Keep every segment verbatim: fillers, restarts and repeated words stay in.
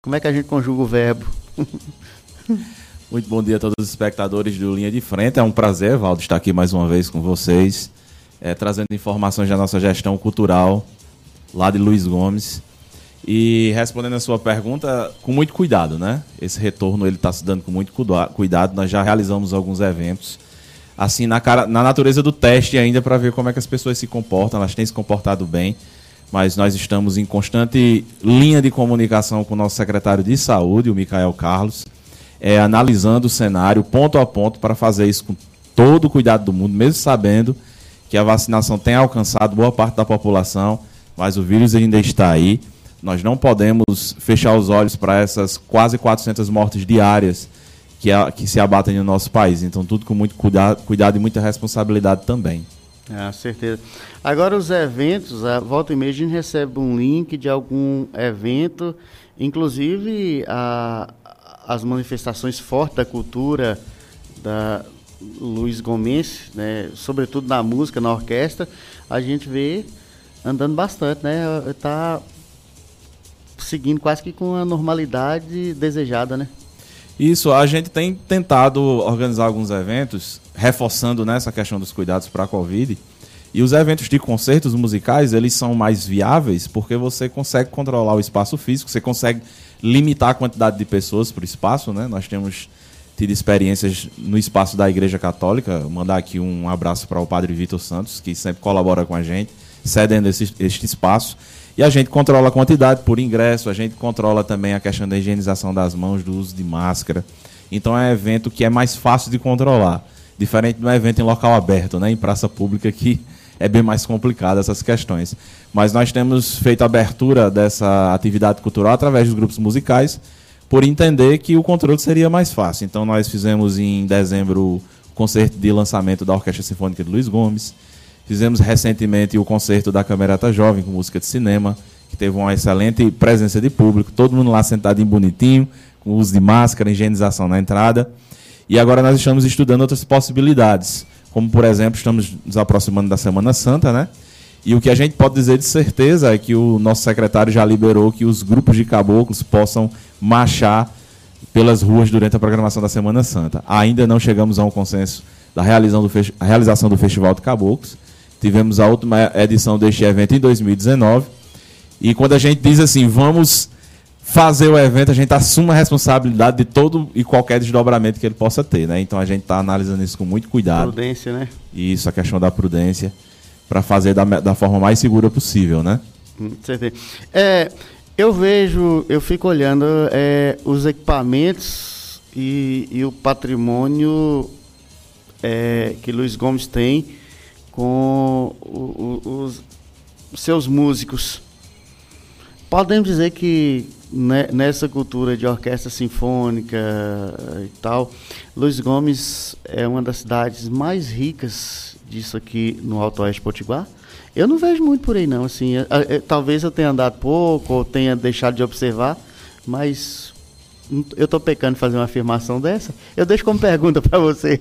Como é que a gente conjuga o verbo? Muito bom dia a todos os espectadores do Linha de Frente. É um prazer, Valdo, estar aqui mais uma vez com vocês, é, trazendo informações da nossa gestão cultural lá de Luiz Gomes. E respondendo a sua pergunta, com muito cuidado, né? Esse retorno ele está se dando com muito cuidado. Nós já realizamos alguns eventos, assim, na, cara, na natureza do teste ainda, para ver como é que as pessoas se comportam. Elas têm se comportado bem, mas nós estamos em constante linha de comunicação com o nosso secretário de saúde, o Micael Carlos, é, analisando o cenário ponto a ponto para fazer isso com todo o cuidado do mundo, mesmo sabendo que a vacinação tem alcançado boa parte da população, mas o vírus ainda está aí. Nós não podemos fechar os olhos para essas quase quatrocentas mortes diárias que, a, que se abatem no nosso país. Então, tudo com muito cuidado, cuidado e muita responsabilidade também. Ah, certeza. Agora, os eventos, a volta e meia a gente recebe um link de algum evento, inclusive a, as manifestações fortes da cultura da Luiz Gomes, né, sobretudo na música, na orquestra, a gente vê andando bastante, né? Está seguindo quase que com a normalidade desejada, né? Isso, a gente tem tentado organizar alguns eventos, reforçando nessa questão dos cuidados para a Covid. E os eventos de concertos musicais, eles são mais viáveis porque você consegue controlar o espaço físico, você consegue limitar a quantidade de pessoas para o espaço, né? Nós temos tido experiências no espaço da Igreja Católica. Vou mandar aqui um abraço para o Padre Vitor Santos, que sempre colabora com a gente, cedendo esse, este espaço. E a gente controla a quantidade por ingresso, a gente controla também a questão da higienização das mãos, do uso de máscara. Então é um evento que é mais fácil de controlar, diferente de um evento em local aberto, né, em praça pública, que é bem mais complicado essas questões. Mas nós temos feito a abertura dessa atividade cultural através dos grupos musicais, por entender que o controle seria mais fácil. Então nós fizemos em dezembro o concerto de lançamento da Orquestra Sinfônica de Luiz Gomes. Fizemos recentemente o concerto da Camerata Jovem com música de cinema, que teve uma excelente presença de público, todo mundo lá sentadinho bonitinho, com uso de máscara, higienização na entrada. E agora nós estamos estudando outras possibilidades, como, por exemplo, estamos nos aproximando da Semana Santa, né? E o que a gente pode dizer de certeza é que o nosso secretário já liberou que os grupos de caboclos possam marchar pelas ruas durante a programação da Semana Santa. Ainda não chegamos a um consenso da realização do, fe- a realização do Festival de Caboclos. Tivemos a última edição deste evento em dois mil e dezenove. E quando a gente diz assim, vamos fazer o evento, a gente assume a responsabilidade de todo e qualquer desdobramento que ele possa ter, né? Então a gente está analisando isso com muito cuidado. Prudência, né? Isso, a questão da prudência, para fazer da, da forma mais segura possível, né? Hum, certeza. É, eu vejo, eu fico olhando é, os equipamentos e, e o patrimônio é, que Luiz Gomes tem com o, o, os seus músicos. Podemos dizer que né, nessa cultura de orquestra sinfônica e tal, Luiz Gomes é uma das cidades mais ricas disso aqui no Alto Oeste Potiguar. Eu não vejo muito por aí não, assim, é, é, talvez eu tenha andado pouco ou tenha deixado de observar, mas eu estou pecando de fazer uma afirmação dessa. Eu deixo como pergunta para você.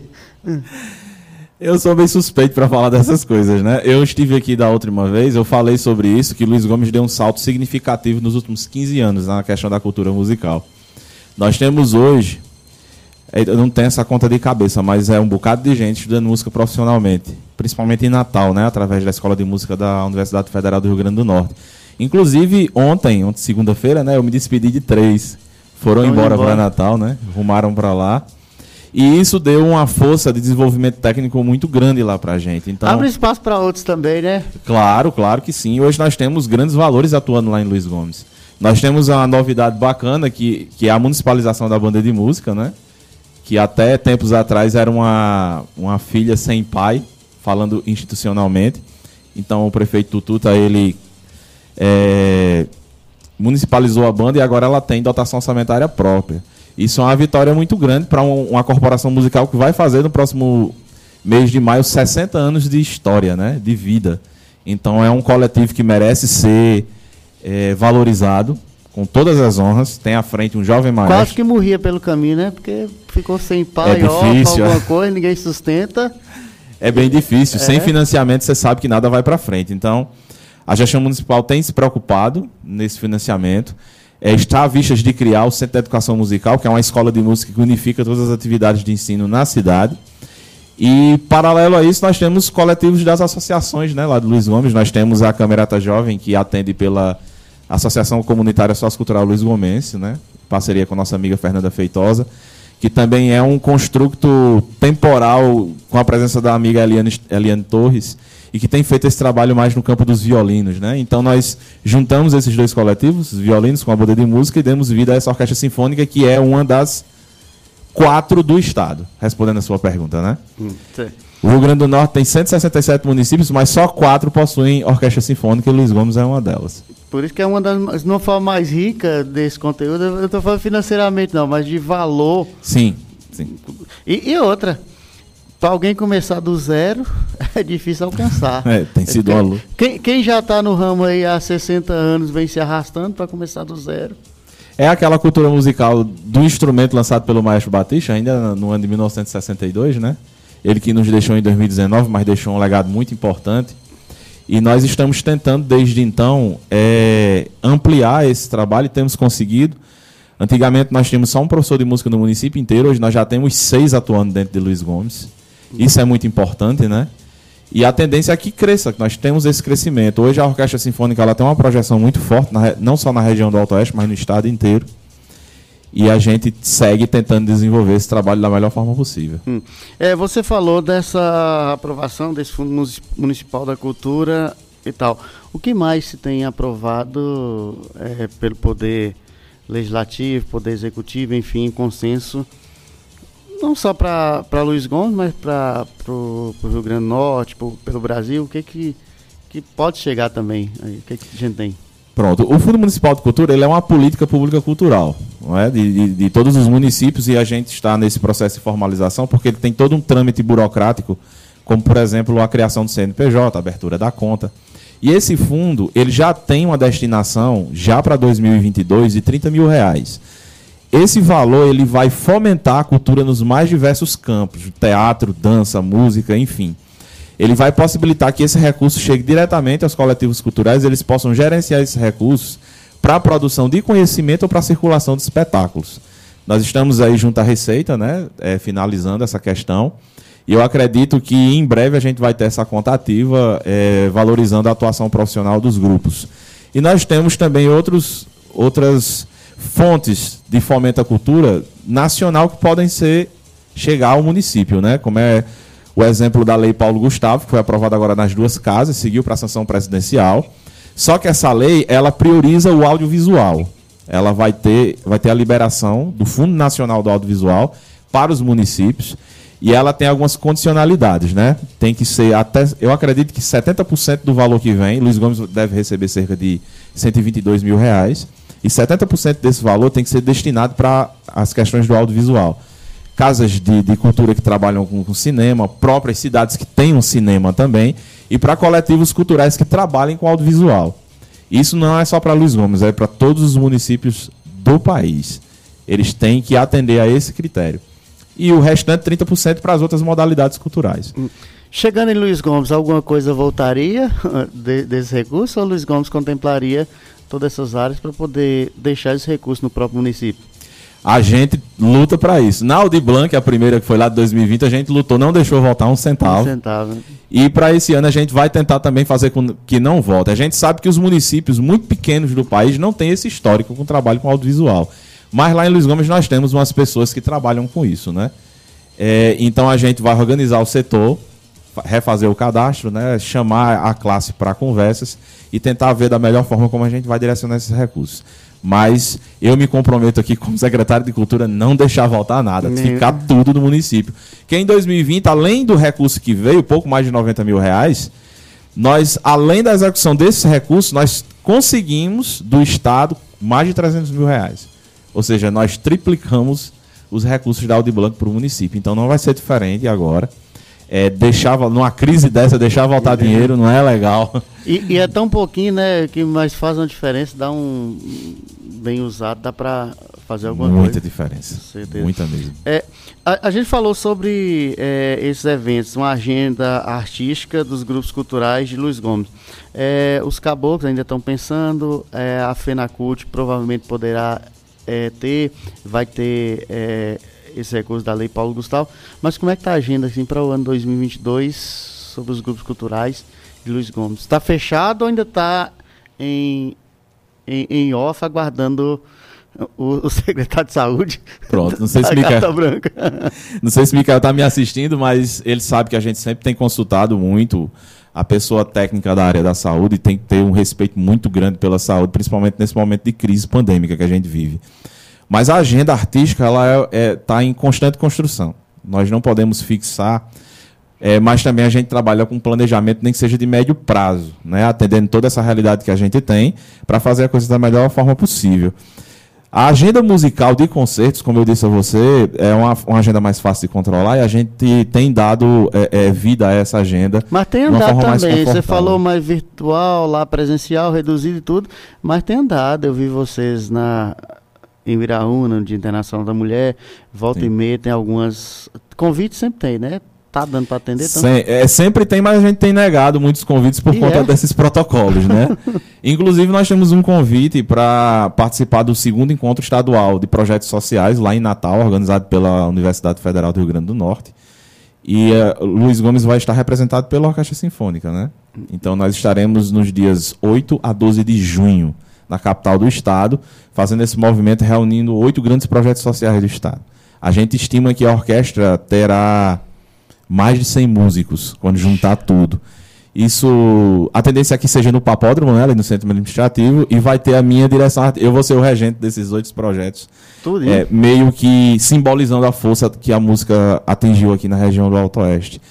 Eu sou bem suspeito para falar dessas coisas, né? Eu estive aqui da última vez, eu falei sobre isso, que Luiz Gomes deu um salto significativo nos últimos quinze anos na questão da cultura musical. Nós temos hoje, eu não tenho essa conta de cabeça, mas é um bocado de gente estudando música profissionalmente, principalmente em Natal, né? Através da Escola de Música da Universidade Federal do Rio Grande do Norte. Inclusive, ontem, ontem segunda-feira, né? Eu me despedi de três. Foram Vamos embora, embora. para Natal, né? Rumaram para lá. E isso deu uma força de desenvolvimento técnico muito grande lá pra gente. Então, abre espaço para outros também, né? Claro, claro que sim. Hoje nós temos grandes valores atuando lá em Luiz Gomes. Nós temos uma novidade bacana, que, que é a municipalização da banda de música, né? Que até tempos atrás era uma, uma filha sem pai, falando institucionalmente. Então o prefeito Tututa, ele é, municipalizou a banda e agora ela tem dotação orçamentária própria. Isso é uma vitória muito grande para um, uma corporação musical que vai fazer no próximo mês de maio sessenta anos de história, né? De vida. Então é um coletivo que merece ser é, valorizado com todas as honras. Tem à frente um jovem maestro. Quase que morria pelo caminho, né? Porque ficou sem pai, é difícil, alguma coisa, ninguém sustenta. É bem difícil. É. Sem financiamento você sabe que nada vai para frente. Então a gestão municipal tem se preocupado nesse financiamento. é, está à vistas de criar o Centro de Educação Musical, que é uma escola de música que unifica todas as atividades de ensino na cidade. E, paralelo a isso, nós temos coletivos das associações, né, lá do Luiz Gomes. Nós temos a Camerata Jovem, que atende pela Associação Comunitária Sociocultural Luiz Gomense, né, em parceria com a nossa amiga Fernanda Feitosa, que também é um construto temporal com a presença da amiga Eliane, Eliane Torres, e que tem feito esse trabalho mais no campo dos violinos, né? Então nós juntamos esses dois coletivos, os violinos com a banda de música, e demos vida a essa orquestra sinfônica, que é uma das quatro do estado, respondendo a sua pergunta, né? Hum, o Rio Grande do Norte tem cento e sessenta e sete municípios, mas só quatro possuem orquestra sinfônica, e Luiz Gomes é uma delas. Por isso que é uma das, não for mais rica desse conteúdo, eu estou falando financeiramente não, mas de valor. Sim, sim. E, e outra, para alguém começar do zero, é difícil alcançar. É, tem sido uma luta. Quem, quem já está no ramo aí há sessenta anos vem se arrastando para começar do zero. É aquela cultura musical do instrumento lançado pelo Maestro Batista, ainda no ano de mil novecentos e sessenta e dois, né? Ele que nos deixou em dois mil e dezenove, mas deixou um legado muito importante. E nós estamos tentando, desde então, é, ampliar esse trabalho e temos conseguido. Antigamente nós tínhamos só um professor de música no município inteiro, hoje nós já temos seis atuando dentro de Luiz Gomes. Isso é muito importante, né? E a tendência é que cresça, que nós temos esse crescimento. Hoje a Orquestra Sinfônica ela tem uma projeção muito forte, na, não só na região do Alto Oeste, mas no estado inteiro. E a gente segue tentando desenvolver esse trabalho da melhor forma possível. Hum. É, você falou dessa aprovação desse Fundo Municipal da Cultura e tal. O que mais se tem aprovado é, pelo Poder Legislativo, Poder Executivo, enfim, em consenso, não só para Luiz Gomes, mas para o Rio Grande do Norte, pro, pelo Brasil? O que, que, que pode chegar também? Aí, o que, que a gente tem? Pronto, o Fundo Municipal de Cultura ele é uma política pública cultural, não é? de, de, de todos os municípios, e a gente está nesse processo de formalização porque ele tem todo um trâmite burocrático, como, por exemplo, a criação do C N P J, a abertura da conta. E esse fundo ele já tem uma destinação, já para dois mil e vinte e dois, de trinta mil reais. Esse valor ele vai fomentar a cultura nos mais diversos campos, teatro, dança, música, enfim. Ele vai possibilitar que esse recurso chegue diretamente aos coletivos culturais, eles possam gerenciar esses recursos para a produção de conhecimento ou para a circulação de espetáculos. Nós estamos aí junto à Receita, né, é, finalizando essa questão, e eu acredito que em breve a gente vai ter essa conta ativa, é, valorizando a atuação profissional dos grupos. E nós temos também outros, outras fontes de fomento à cultura nacional que podem ser, chegar ao município, né, como é o exemplo da Lei Paulo Gustavo, que foi aprovada agora nas duas casas, seguiu para a sanção presidencial. Só que essa lei, ela prioriza o audiovisual. Ela vai ter, vai ter a liberação do Fundo Nacional do Audiovisual para os municípios, e ela tem algumas condicionalidades, né? Tem que ser até, eu acredito que setenta por cento do valor que vem, Luiz Gomes deve receber cerca de cento e vinte e dois mil reais, e setenta por cento desse valor tem que ser destinado para as questões do audiovisual. Casas de, de cultura que trabalham com, com cinema, próprias cidades que têm um cinema também, e para coletivos culturais que trabalhem com audiovisual. Isso não é só para Luiz Gomes, é para todos os municípios do país. Eles têm que atender a esse critério. E o restante, trinta por cento, para as outras modalidades culturais. Chegando em Luiz Gomes, alguma coisa voltaria de, desse recurso, ou Luiz Gomes contemplaria todas essas áreas para poder deixar esse recurso no próprio município? A gente luta para isso. Na Audi Blanc, a primeira que foi lá de dois mil e vinte, a gente lutou, não deixou voltar um centavo. Um centavo. E para esse ano a gente vai tentar também fazer com que não volte. A gente sabe que os municípios muito pequenos do país não têm esse histórico com trabalho com audiovisual. Mas lá em Luiz Gomes nós temos umas pessoas que trabalham com isso, né? É, então a gente vai organizar o setor, refazer o cadastro, né? Chamar a classe para conversas e tentar ver da melhor forma como a gente vai direcionar esses recursos. Mas eu me comprometo aqui como secretário de Cultura não deixar voltar nada, Meu. ficar tudo no município. Que em dois mil e vinte, além do recurso que veio, pouco mais de noventa mil reais, nós, além da execução desses recursos, nós conseguimos do Estado mais de trezentos mil reais. Ou seja, nós triplicamos os recursos da Audi Blanc para o município. Então não vai ser diferente agora. É, deixava, numa crise dessa, deixar voltar dinheiro não é legal. E, e é tão pouquinho, né, que mas faz uma diferença, dá um bem usado, dá para fazer alguma Muita coisa. diferença, muita mesmo. É, a, a gente falou sobre é, esses eventos, uma agenda artística dos grupos culturais de Luiz Gomes. É, os caboclos ainda estão pensando, é, a FENACULT provavelmente poderá é, ter, vai ter é, esse recurso da Lei Paulo Gustavo, mas como é que está a agenda assim, para o ano dois mil e vinte e dois sobre os grupos culturais de Luiz Gomes? Está fechado ou ainda está em, em, em off, aguardando o, o secretário de saúde? Pronto, não sei se Micael, branca. Não sei se Micael está me assistindo, mas ele sabe que a gente sempre tem consultado muito a pessoa técnica da área da saúde e tem que ter um respeito muito grande pela saúde, principalmente nesse momento de crise pandêmica que a gente vive. Mas a agenda artística ela está é, é, tá em constante construção. Nós não podemos fixar, é, mas também a gente trabalha com planejamento, nem que seja de médio prazo, né? Atendendo toda essa realidade que a gente tem, para fazer a coisa da melhor forma possível. A agenda musical de concertos, como eu disse a você, é uma, uma agenda mais fácil de controlar e a gente tem dado é, é, vida a essa agenda. Mas tem andado também, você falou mais virtual, lá presencial, reduzido e tudo, mas tem andado, eu vi vocês na... em Viraúna, no Dia Internacional da Mulher, volta Sim. e meia, tem algumas... Convites sempre tem, né? Tá dando para atender? Então... Sem, é, sempre tem, mas a gente tem negado muitos convites por e conta é? desses protocolos, né? Inclusive, nós temos um convite para participar do segundo encontro estadual de projetos sociais, lá em Natal, organizado pela Universidade Federal do Rio Grande do Norte. E uh, Luiz Gomes vai estar representado pela Orquestra Sinfônica, né? Então, nós estaremos nos dias oito a doze de junho, na capital do estado, fazendo esse movimento, reunindo oito grandes projetos sociais do estado. A gente estima que a orquestra terá mais de cem músicos, quando juntar tudo. Isso, a tendência é que seja no Papódromo, né, ali no Centro Administrativo, e vai ter a minha direção, eu vou ser o regente desses oito projetos, tudo é, meio que simbolizando a força que a música atingiu aqui na região do Alto Oeste.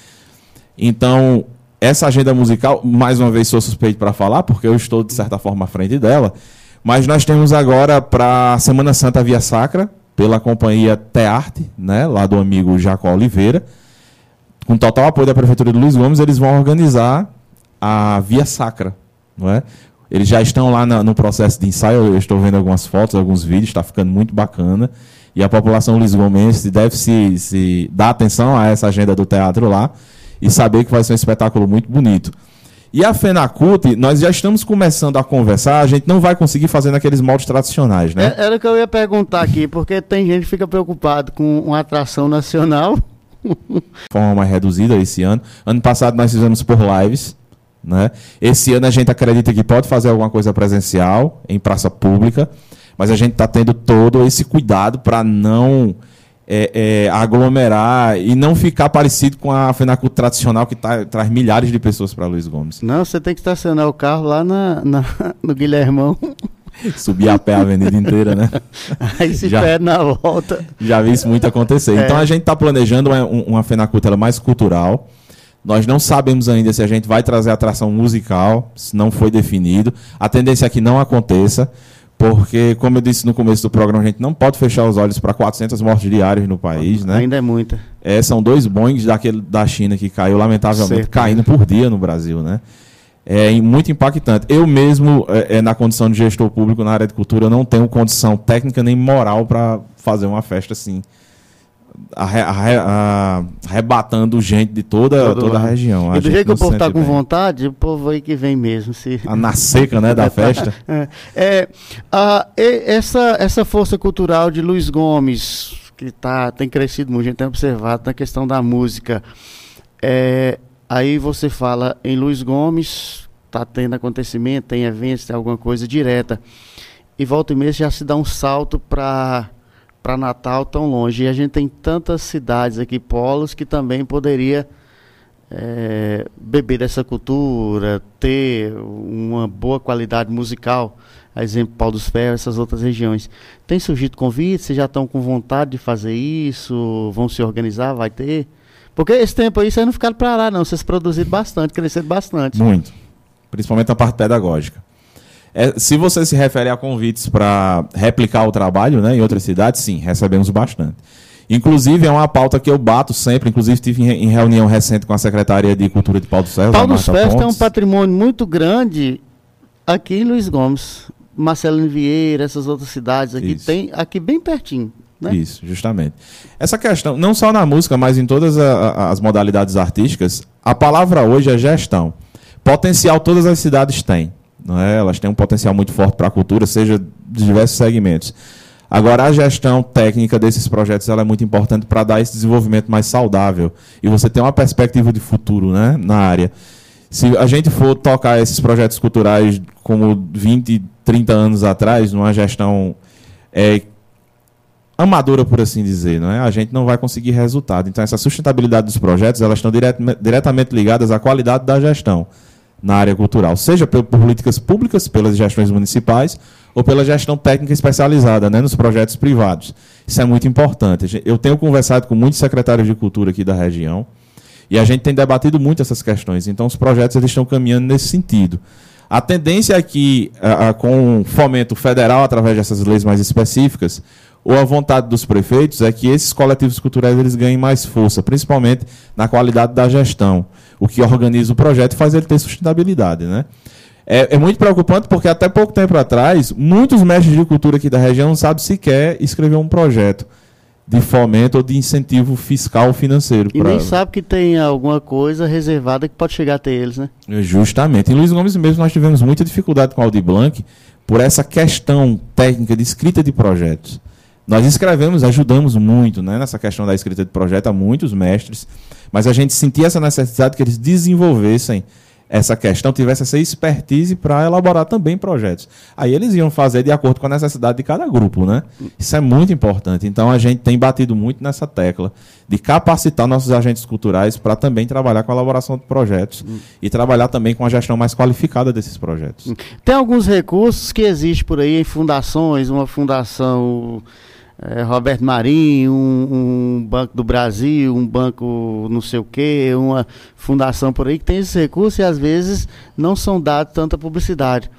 Então, essa agenda musical, mais uma vez sou suspeito para falar, porque eu estou, de certa forma, à frente dela, mas nós temos agora para a Semana Santa a Via Sacra, pela companhia Tearte, né, lá do amigo Jacó Oliveira, com total apoio da Prefeitura de Luiz Gomes, eles vão organizar a Via Sacra, não é? Eles já estão lá na, no processo de ensaio, eu estou vendo algumas fotos, alguns vídeos, está ficando muito bacana, e a população lisgomense deve se, se dar atenção a essa agenda do teatro lá, e saber que vai ser um espetáculo muito bonito. E a FENACULT, nós já estamos começando a conversar, a gente não vai conseguir fazer naqueles moldes tradicionais, né? Era o que eu ia perguntar aqui, porque tem gente que fica preocupado com uma atração nacional. De forma mais reduzida esse ano. Ano passado nós fizemos por lives, né? Esse ano a gente acredita que pode fazer alguma coisa presencial, em praça pública, mas a gente está tendo todo esse cuidado para não... É, é, aglomerar e não ficar parecido com a FENACULT tradicional que tá, traz milhares de pessoas para Luiz Gomes. Não, você tem que estacionar o carro lá na, na, no Guilhermão. Subir a pé a avenida inteira, né? Aí se já, perde na volta. Já vi isso muito acontecer. É. Então a gente está planejando uma, uma FENACULT ela mais cultural. Nós não sabemos ainda se a gente vai trazer atração musical, se não foi definido. A tendência é que não aconteça. Porque, como eu disse no começo do programa, a gente não pode fechar os olhos para quatrocentas mortes diárias no país, né? Ainda é muita. É, são dois Boeings daquele, da China que caiu, lamentavelmente, certo, caindo por dia no Brasil, né? É muito impactante. Eu mesmo, é, é, na condição de gestor público na área de cultura, eu não tenho condição técnica nem moral para fazer uma festa assim, arre, arre, a, arrebatando gente de toda, toda a região. E do jeito que o povo está com vontade, o povo aí que vem mesmo. Se... A na seca, né, da festa. É, é, a, essa, essa força cultural de Luiz Gomes, que tá, tem crescido muito, a gente tem observado na questão da música. É, aí você fala em Luiz Gomes, está tendo acontecimento, tem eventos, tem alguma coisa direta. E volta e meia já se dá um salto para... para Natal tão longe, e a gente tem tantas cidades aqui, polos, que também poderia é, beber dessa cultura, ter uma boa qualidade musical, a exemplo Pau dos Ferros, essas outras regiões. Tem surgido convites, vocês já estão com vontade de fazer isso, vão se organizar, vai ter? Porque esse tempo aí vocês não ficaram para lá não, vocês produziram bastante, cresceram bastante. Muito, principalmente a parte pedagógica. É, se você se refere a convites para replicar o trabalho, né, em outras cidades, sim, recebemos bastante. Inclusive, é uma pauta que eu bato sempre. Inclusive, estive em reunião recente com a Secretaria de Cultura de Pau dos Ferros. Pau dos Ferros tem um patrimônio muito grande aqui em Luiz Gomes. Marcelino Vieira, essas outras cidades aqui, Isso. tem aqui bem pertinho. Né? Isso, justamente. Essa questão, não só na música, mas em todas a, a, as modalidades artísticas, a palavra hoje é gestão. Potencial todas as cidades têm. Não é? Elas têm um potencial muito forte para a cultura, seja de diversos segmentos. Agora, a gestão técnica desses projetos ela é muito importante para dar esse desenvolvimento mais saudável. E você tem uma perspectiva de futuro, né, na área. Se a gente for tocar esses projetos culturais como vinte, trinta anos atrás, numa gestão é, amadora, por assim dizer, não é? A gente não vai conseguir resultado. Então, essa sustentabilidade dos projetos elas estão diret diretamente ligadas à qualidade da gestão na área cultural, seja por políticas públicas, pelas gestões municipais, ou pela gestão técnica especializada, né, nos projetos privados. Isso é muito importante. Eu tenho conversado com muitos secretários de cultura aqui da região, e a gente tem debatido muito essas questões. Então, os projetos eles estão caminhando nesse sentido. A tendência é que, a, a, com o fomento federal, através dessas leis mais específicas, ou a vontade dos prefeitos, é que esses coletivos culturais eles ganhem mais força, principalmente na qualidade da gestão. O que organiza o projeto e faz ele ter sustentabilidade, né? É, é muito preocupante porque até pouco tempo atrás, muitos mestres de cultura aqui da região não sabem sequer escrever um projeto de fomento ou de incentivo fiscal ou financeiro. E pra... nem sabe que tem alguma coisa reservada que pode chegar até eles, né? Justamente. Em Luiz Gomes mesmo nós tivemos muita dificuldade com o Aldir Blanc por essa questão técnica de escrita de projetos. Nós escrevemos, ajudamos muito, né, nessa questão da escrita de projeto a muitos mestres, mas a gente sentia essa necessidade que eles desenvolvessem essa questão, tivesse essa expertise para elaborar também projetos. Aí eles iam fazer de acordo com a necessidade de cada grupo, né? Isso é muito importante. Então a gente tem batido muito nessa tecla de capacitar nossos agentes culturais para também trabalhar com a elaboração de projetos hum. e trabalhar também com a gestão mais qualificada desses projetos. Hum. Tem alguns recursos que existem por aí em fundações, uma fundação... É, Roberto Marinho, um, um Banco do Brasil, um banco não sei o quê, uma fundação por aí que tem esses recursos e às vezes não são dados tanta publicidade.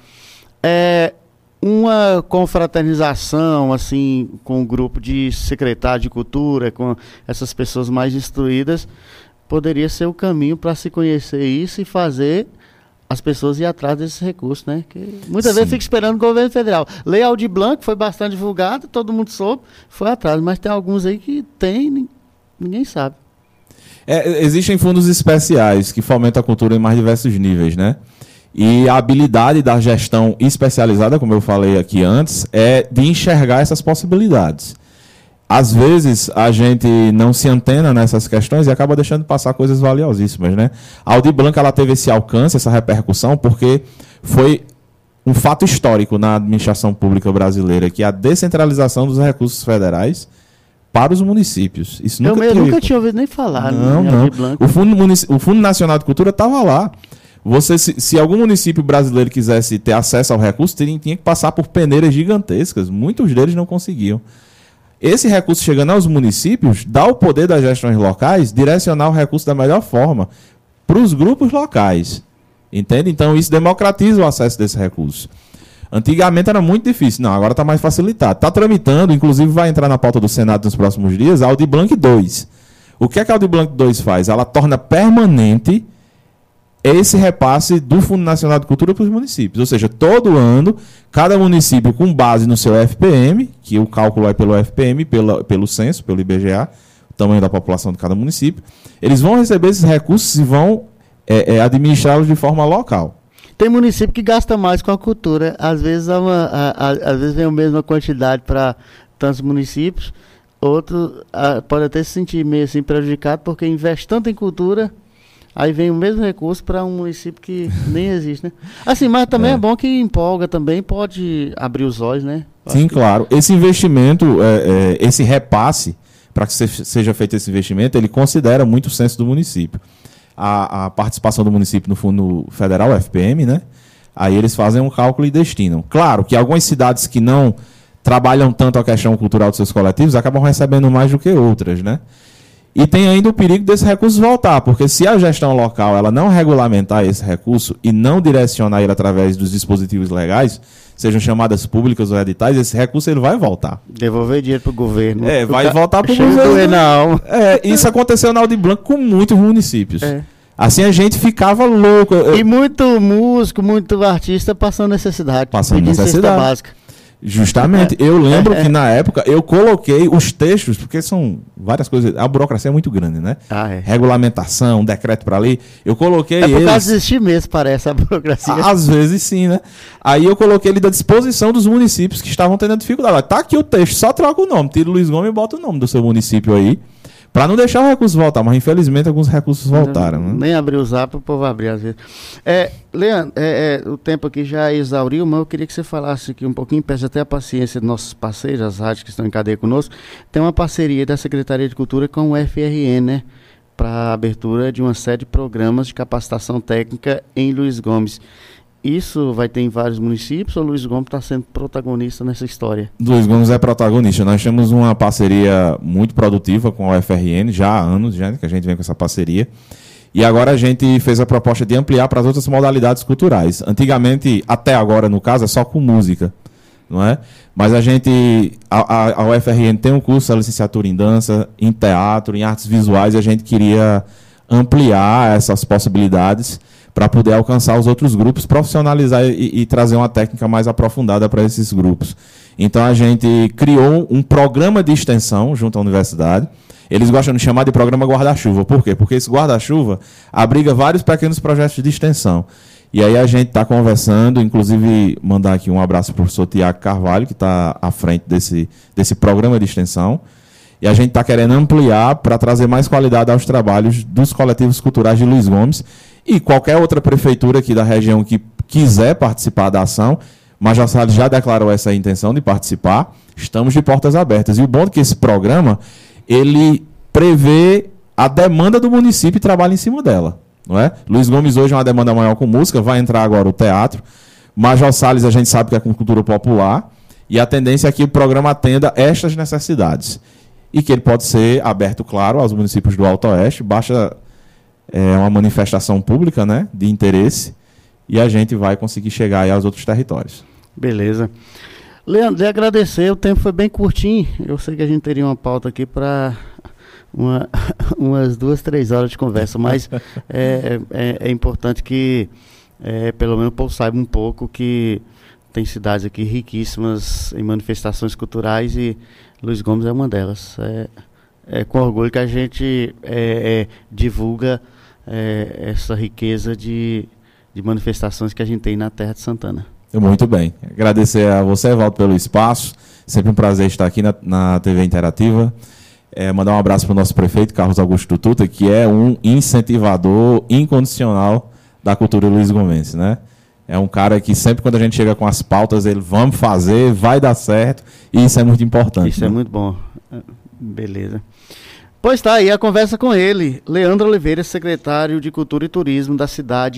É, uma confraternização assim, com um grupo de secretários de cultura, com essas pessoas mais instruídas, poderia ser o caminho para se conhecer isso e fazer as pessoas ir atrás desses recursos, né? Que muitas Sim. vezes fica esperando o governo federal. Lei Aldir Blanc foi bastante divulgada, todo mundo soube, foi atrás, mas tem alguns aí que tem, ninguém sabe. É, existem fundos especiais que fomentam a cultura em mais diversos níveis, né? E a habilidade da gestão especializada, como eu falei aqui antes, é de enxergar essas possibilidades. Às vezes, a gente não se antena nessas questões e acaba deixando passar coisas valiosíssimas, né? A Aldir Blanc, ela teve esse alcance, essa repercussão, porque foi um fato histórico na administração pública brasileira, que é a descentralização dos recursos federais para os municípios. Isso nunca eu, eu nunca tinha ouvido nem falar. Não, né, não. O Fundo, o Fundo Nacional de Cultura estava lá. Você, se, se algum município brasileiro quisesse ter acesso ao recurso, tinha, tinha que passar por peneiras gigantescas. Muitos deles não conseguiam. Esse recurso chegando aos municípios, dá o poder das gestões locais direcionar o recurso da melhor forma para os grupos locais. Entende? Então, isso democratiza o acesso desse recurso. Antigamente era muito difícil. Não, agora está mais facilitado. Está tramitando, inclusive vai entrar na pauta do Senado nos próximos dias, a Aldir Blanc dois. O que é que a Aldir Blanc dois faz? Ela torna permanente esse repasse do Fundo Nacional de Cultura para os municípios. Ou seja, todo ano, cada município com base no seu F P M, que o cálculo é pelo F P M, pela, pelo censo, pelo I B G A, o tamanho da população de cada município, eles vão receber esses recursos e vão é, é, administrá-los de forma local. Tem município que gasta mais com a cultura. Às vezes, há uma, a, a, às vezes vem a mesma quantidade para tantos municípios, outro a, pode até se sentir meio assim prejudicado, porque investe tanto em cultura... Aí vem o mesmo recurso para um município que nem existe, né? Assim, mas também é, é bom que empolga também, pode abrir os olhos, né? Sim, que... claro. Esse investimento, é, é, esse repasse, para que seja feito esse investimento, ele considera muito o censo do município. A, a participação do município no Fundo Federal, F P M, né? Aí eles fazem um cálculo e destinam. Claro que algumas cidades que não trabalham tanto a questão cultural dos seus coletivos acabam recebendo mais do que outras, né? E tem ainda o perigo desse recurso voltar, porque se a gestão local ela não regulamentar esse recurso e não direcionar ele através dos dispositivos legais, sejam chamadas públicas ou editais, esse recurso ele vai voltar. Devolver dinheiro para o governo. É, vai ca... voltar para o governo. Não. É, isso aconteceu na Aldir Blanc com muitos municípios. É. Assim a gente ficava louco. E muito músico, muito artista passando necessidade. Passando necessidade. Básica. Justamente, eu lembro que na época eu coloquei os textos, porque são várias coisas, a burocracia é muito grande, né? Ah, é. Regulamentação, decreto para lei, eu coloquei é por eles... causa de existir mesmo, parece, a burocracia. Às vezes sim, né? Aí eu coloquei ele à disposição dos municípios que estavam tendo dificuldade. Tá aqui o texto, só troca o nome, tira o Luiz Gomes e bota o nome do seu município aí, para não deixar o recurso voltar, mas infelizmente alguns recursos voltaram. Né? Nem abrir o zap, o povo abrir às vezes. É, Leandro, é, é, o tempo aqui já exauriu, mas eu queria que você falasse aqui um pouquinho, peço até a paciência dos nossos parceiros, as rádios que estão em cadeia conosco. Tem uma parceria da Secretaria de Cultura com o F R N, né? Para a abertura de uma série de programas de capacitação técnica em Luiz Gomes. Isso vai ter em vários municípios ou Luiz Gomes está sendo protagonista nessa história? Luiz Gomes é protagonista. Nós temos uma parceria muito produtiva com a U F R N, já há anos já, que a gente vem com essa parceria. E agora a gente fez a proposta de ampliar para as outras modalidades culturais. Antigamente, até agora no caso, é só com música, não é? Mas a gente, a, a, a U F R N tem um curso, a licenciatura em dança, em teatro, em artes visuais, e a gente queria ampliar essas possibilidades para poder alcançar os outros grupos, profissionalizar e, e trazer uma técnica mais aprofundada para esses grupos. Então a gente criou um programa de extensão junto à universidade. Eles gostam de chamar de programa guarda-chuva. Por quê? Porque esse guarda-chuva abriga vários pequenos projetos de extensão. E aí a gente está conversando, inclusive mandar aqui um abraço para o professor Tiago Carvalho, que está à frente desse, desse programa de extensão. E a gente está querendo ampliar para trazer mais qualidade aos trabalhos dos coletivos culturais de Luiz Gomes e qualquer outra prefeitura aqui da região que quiser participar da ação. Major Salles já declarou essa intenção de participar. Estamos de portas abertas. E o bom é que esse programa, ele prevê a demanda do município e trabalha em cima dela. Não é? Luiz Gomes hoje é uma demanda maior com música, vai entrar agora o teatro. Major Salles a gente sabe que é com cultura popular. E a tendência é que o programa atenda estas necessidades. E que ele pode ser aberto, claro, aos municípios do Alto Oeste. Basta é, uma manifestação pública, né, de interesse, e a gente vai conseguir chegar aí aos outros territórios. Beleza. Leandro, de agradecer, o tempo foi bem curtinho. Eu sei que a gente teria uma pauta aqui para uma, umas duas, três horas de conversa, mas é, é, é importante que é, pelo menos o povo saiba um pouco que tem cidades aqui riquíssimas em manifestações culturais e Luiz Gomes é uma delas. É, é com orgulho que a gente é, é, divulga é, essa riqueza de, de manifestações que a gente tem na terra de Santana. Muito bem. Agradecer a você, Evaldo, pelo espaço. Sempre um prazer estar aqui na, na T V Interativa. É, mandar um abraço para o nosso prefeito, Carlos Augusto Tuta, que é um incentivador incondicional da cultura Luiz Gomes, né? É um cara que sempre quando a gente chega com as pautas, ele vamos fazer, vai dar certo, e isso é muito importante. Isso né? é muito bom. Beleza. Pois tá aí a conversa com ele, Leandro Oliveira, secretário de Cultura e Turismo da cidade